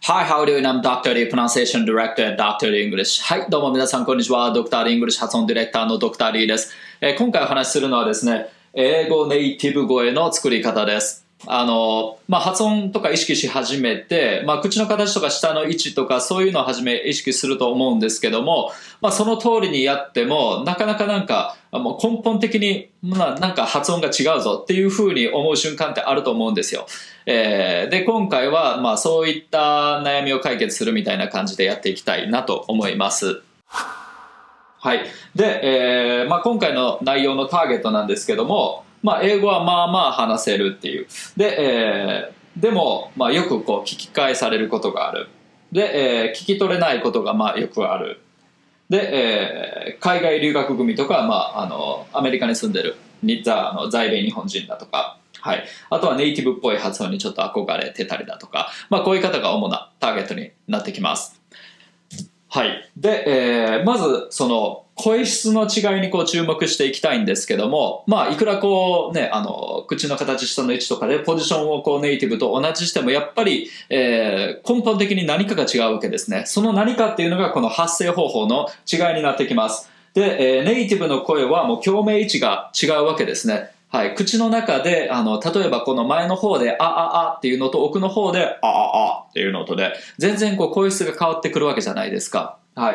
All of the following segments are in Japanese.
Hi, how are you doing? I'm Dr. Lee, Pronunciation Director at Dr. Lee English. はい、どうも皆さんこんにちは。Dr. Lee English 発音ディレクターの Dr. Lee です。今回お話しするのはですね、英語ネイティブ声の作り方です。発音とか意識し始めて、口の形とか舌の位置とかそういうのをはじめ意識すると思うんですけども、その通りにやってもなかなかもう根本的になんか発音が違うぞっていうふうに思う瞬間ってあると思うんですよ。で今回はそういった悩みを解決するみたいな感じでやっていきたいなと思います。はい。で、今回の内容のターゲットなんですけども、英語は話せるっていう。で、でも、よくこう聞き返されることがある。で、聞き取れないことがよくある。で、海外留学組とか、アメリカに住んでる在米日本人だとか、はい。あとはネイティブっぽい発音にちょっと憧れてたりだとか、こういう方が主なターゲットになってきます。はい。で、まず、その、声質の違いにこう注目していきたいんですけども、いくらこうね、口の形、舌の位置とかでポジションをこうネイティブと同じしても、やっぱり、根本的に何かが違うわけですね。その何かっていうのがこの発声方法の違いになってきます。で、ネイティブの声はもう共鳴位置が違うわけですね。はい。口の中で、例えばこの前の方で、っていうのと奥の方で、っていうのとで、全然こう声質が変わってくるわけじゃないですか。はい。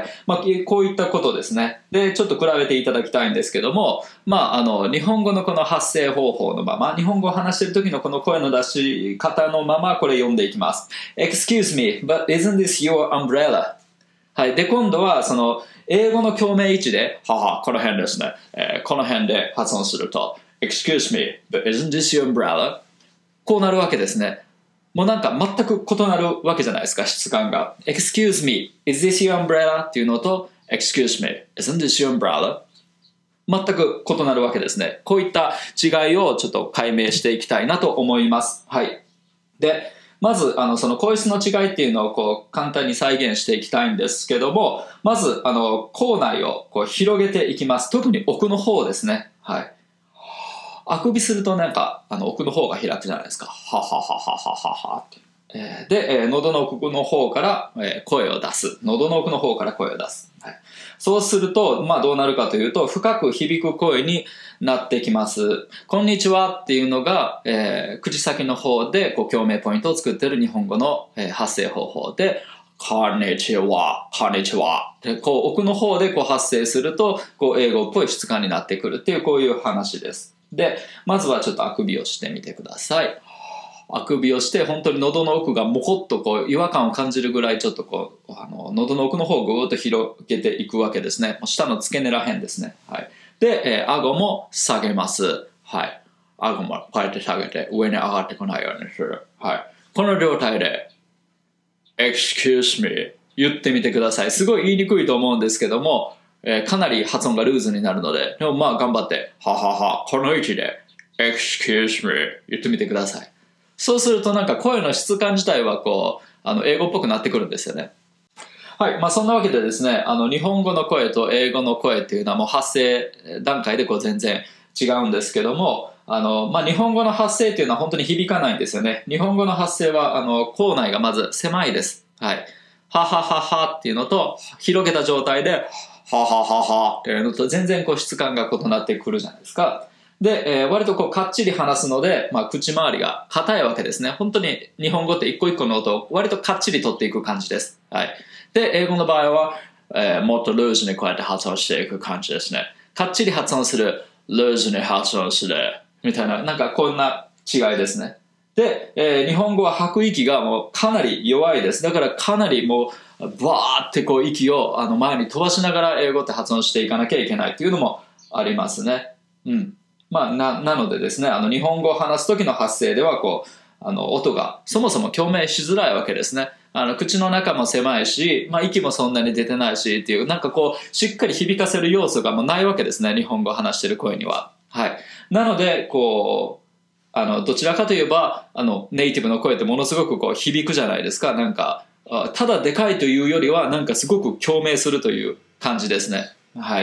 こういったことですね。で、ちょっと比べていただきたいんですけども、日本語のこの発声方法のまま、日本語を話している時のこの声の出し方のまま、これ読んでいきます。Excuse me, but isn't this your umbrella? はい。で、今度は、その、英語の共鳴位置で、この辺ですね。この辺で発音すると、Excuse me, but isn't this your umbrella? こうなるわけですね。もうなんか全く異なるわけじゃないですか、質感が。Excuse me, is this your umbrella? っていうのと Excuse me, isn't this your umbrella? 全く異なるわけですね。こういった違いをちょっと解明していきたいなと思います。はい。で、まずその声質の違いっていうのをこう簡単に再現していきたいんですけども、まず口内をこう広げていきます。特に奥の方ですね。はい。あくびするとなんか奥の方が開くじゃないですか。ははははははって。で、喉の奥の方から、声を出す。喉の奥の方から声を出す。はい、そうすると、どうなるかというと、深く響く声になってきます。こんにちはっていうのが、口先の方でこう共鳴ポイントを作っている日本語の、発声方法で、こんにちは、こんにちは。で、こう奥の方でこう発声すると、こう英語っぽい質感になってくるっていう、こういう話です。で、まずはちょっとあくびをしてみてください。あくびをして、本当に喉の奥がもこっとこう違和感を感じるぐらいちょっとこう、喉の奥の方をぐーっと広げていくわけですね。下の付け根ら辺ですね。はい。で、顎も下げます。はい。顎もこうやって下げて、上に上がってこないようにする。はい。この状態で、excuse me 言ってみてください。すごい言いにくいと思うんですけども、かなり発音がルーズになるので、でも頑張って、この位置で、excuse me 言ってみてください。そうするとなんか声の質感自体はこう、英語っぽくなってくるんですよね。はい。そんなわけでですね、日本語の声と英語の声っていうのはもう発声段階でこう全然違うんですけども、日本語の発声っていうのは本当に響かないんですよね。日本語の発声は、口内がまず狭いです。はい。ははははっていうのと、広げた状態で、ははははっていうのと全然こう質感が異なってくるじゃないですか。で、割とこうかっちり話すので、口周りが硬いわけですね。本当に日本語って一個一個の音を割とかっちり取っていく感じです。はい。で、英語の場合は、もっとルーズにこうやって発音していく感じですね。かっちり発音する、ルーズに発音する、みたいな、なんかこんな違いですね。で、日本語は吐く息がもうかなり弱いです。だからかなりもう、バーってこう息を前に飛ばしながら英語って発音していかなきゃいけないっていうのもありますね。うん。なのでですね、日本語を話す時の発声ではこう、音がそもそも共鳴しづらいわけですね。口の中も狭いし、息もそんなに出てないしっていう、なんかこう、しっかり響かせる要素がもうないわけですね、日本語を話している声には。はい。なので、こう、どちらかといえば、ネイティブの声ってものすごくこう、響くじゃないですか。なんか、ただでかいというよりは、なんかすごく共鳴するという感じですね。はい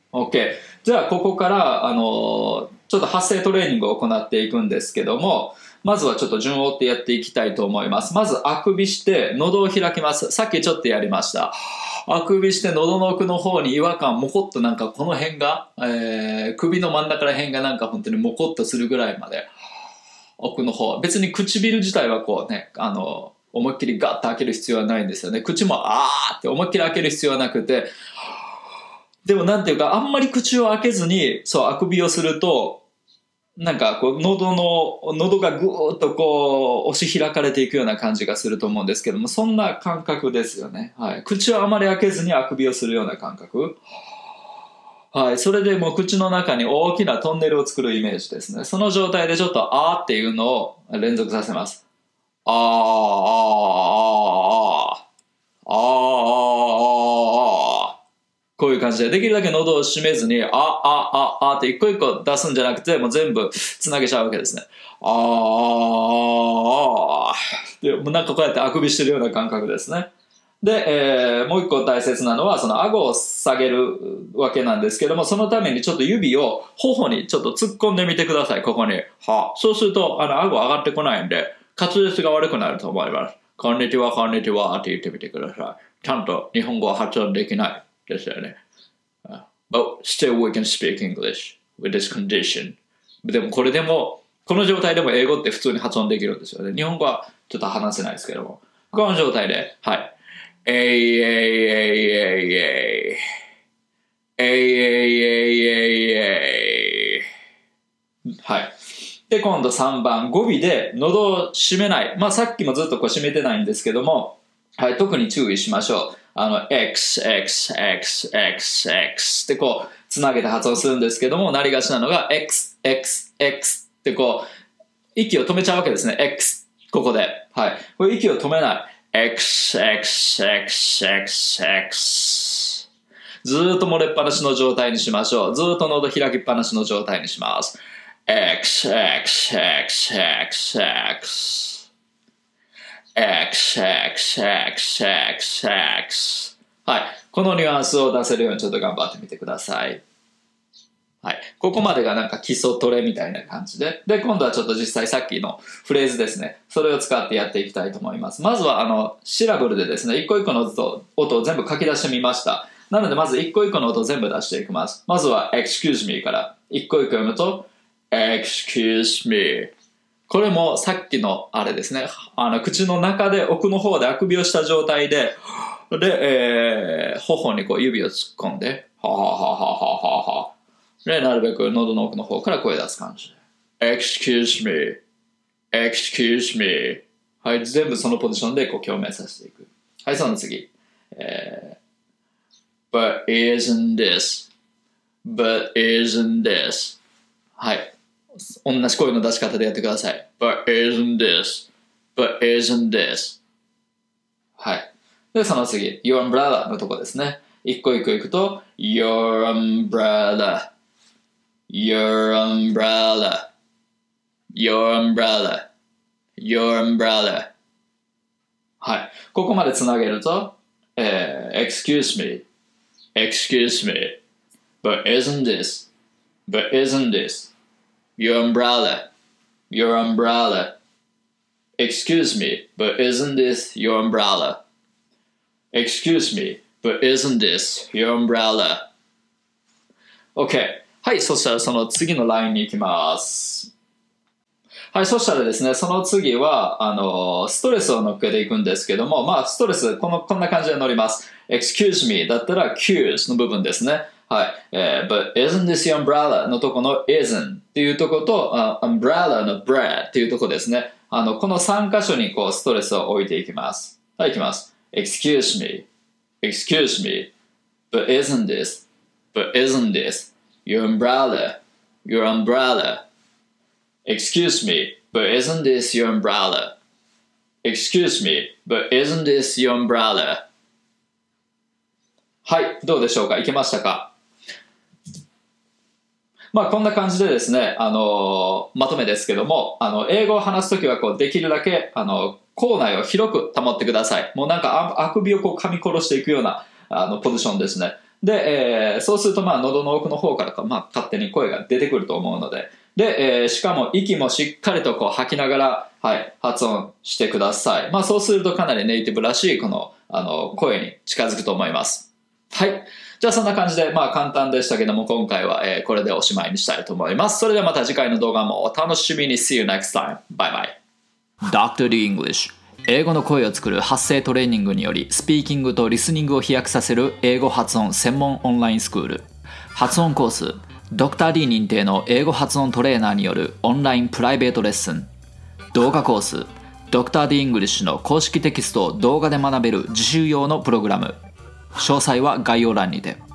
。OK。じゃあ、ここから、ちょっと発声トレーニングを行っていくんですけども、 まずはちょっと順を追ってやっていきたいと思います。まずあくびして喉を開きます。さっきちょっとやりました。あくびして喉の奥の方に違和感、もこっとなんかこの辺が、首の真ん中ら辺がなんか本当にもこっとするぐらいまで奥の方。別に唇自体はこうね、思いっきりガッと開ける必要はないんですよね。口もって思いっきり開ける必要はなくて、でもなんていうか、あんまり口を開けずに、そう、あくびをすると、なんかこう喉がぐーっとこう押し開かれていくような感じがすると思うんですけども、そんな感覚ですよね。はい。口をあまり開けずにあくびをするような感覚。はい。それでもう口の中に大きなトンネルを作るイメージですね。その状態でちょっとっていうのを連続させます。あーあーあーあーあーあーこういう感じで、できるだけ喉を閉めずに、って一個一個出すんじゃなくて、もう全部つなげちゃうわけですね。で、もうなんかこうやってあくびしてるような感覚ですね。で、もう一個大切なのは、その顎を下げるわけなんですけども、そのためにちょっと指を頬にちょっと突っ込んでみてください、ここに。そうすると、顎上がってこないんで、滑舌が悪くなると思います。こんにちは、こんにちはって言ってみてください。ちゃんと日本語は発音できないですよね。But still we can speak English with this condition. でもこれでも、この状態でも英語って普通に発音できるんですよね。日本語はちょっと話せないですけども。この状態で、はい。はい。で、今度3番、語尾で喉を閉めない。まあさっきもずっとこう閉めてないんですけども、はい、特に注意しましょう。X ってこう、つなげて発音するんですけども、なりがちなのが X ってこう、息を止めちゃうわけですね。X、ここで。はい。これ息を止めない。X。ずーっと漏れっぱなしの状態にしましょう。ずーっと喉開きっぱなしの状態にします。X。はい。このニュアンスを出せるようにちょっと頑張ってみてください。はい。ここまでがなんか基礎トレみたいな感じで。で、今度はちょっと実際さっきのフレーズですね。それを使ってやっていきたいと思います。まずはシラブルでですね、一個一個の音を全部書き出してみました。なのでまず一個一個の音を全部出していきます。まずは excuse me から一個一個読むと excuse me。これもさっきのあれですね。口の中で奥の方であくびをした状態で、頬にこう指を突っ込んで、で、なるべく喉の奥の方から声出す感じで。excuse me。はい、全部そのポジションでこう共鳴させていく。はい、その次。but isn't this。はい。同じ声の出し方でやってください。But isn't this. はい。で、その次、Your umbrella のとこですね。一個一個いくと、Your umbrella。はい。ここまでつなげると、Excuse me. But isn't this.Your umbrella. Excuse me, but isn't this your umbrella? Excuse me, but isn't this your umbrella? OK。はい、そしたらその次のラインに行きます。はい、そしたらですね、その次は、ストレスを乗っけていくんですけども、まあ、ストレス、こんな感じで乗ります。Excuse me だったら Q's の部分ですね。はい。but isn't this your umbrella のとこの isn't っていうとこと、umbrella の bread っていうとこですね。この3箇所にこうストレスを置いていきます。はい、いきます。excuse me, but isn't this your umbrella, excuse me, but isn't this your umbrella, excuse me, but isn't this your umbrella。 はい、どうでしょうか？いけましたか？まあこんな感じでですね、まとめですけども、英語を話すときはこうできるだけ、口内を広く保ってください。もうなんかあくびをこう噛み殺していくような、ポジションですね。で、そうするとまあ喉の奥の方からまあ勝手に声が出てくると思うので、 で、しかも息もしっかりとこう吐きながら、はい、発音してください。そうするとかなりネイティブらしいこの、声に近づくと思います。はい。じゃあそんな感じで、簡単でしたけども、今回は、これでおしまいにしたいと思います。それではまた次回の動画もお楽しみに。See you next time. Bye bye. Dr. D English。英語の声を作る発声トレーニングにより、スピーキングとリスニングを飛躍させる英語発音専門オンラインスクール。発音コース、Dr. D 認定の英語発音トレーナーによるオンラインプライベートレッスン。動画コース、Dr. D English の公式テキストを動画で学べる自習用のプログラム。詳細は概要欄にて。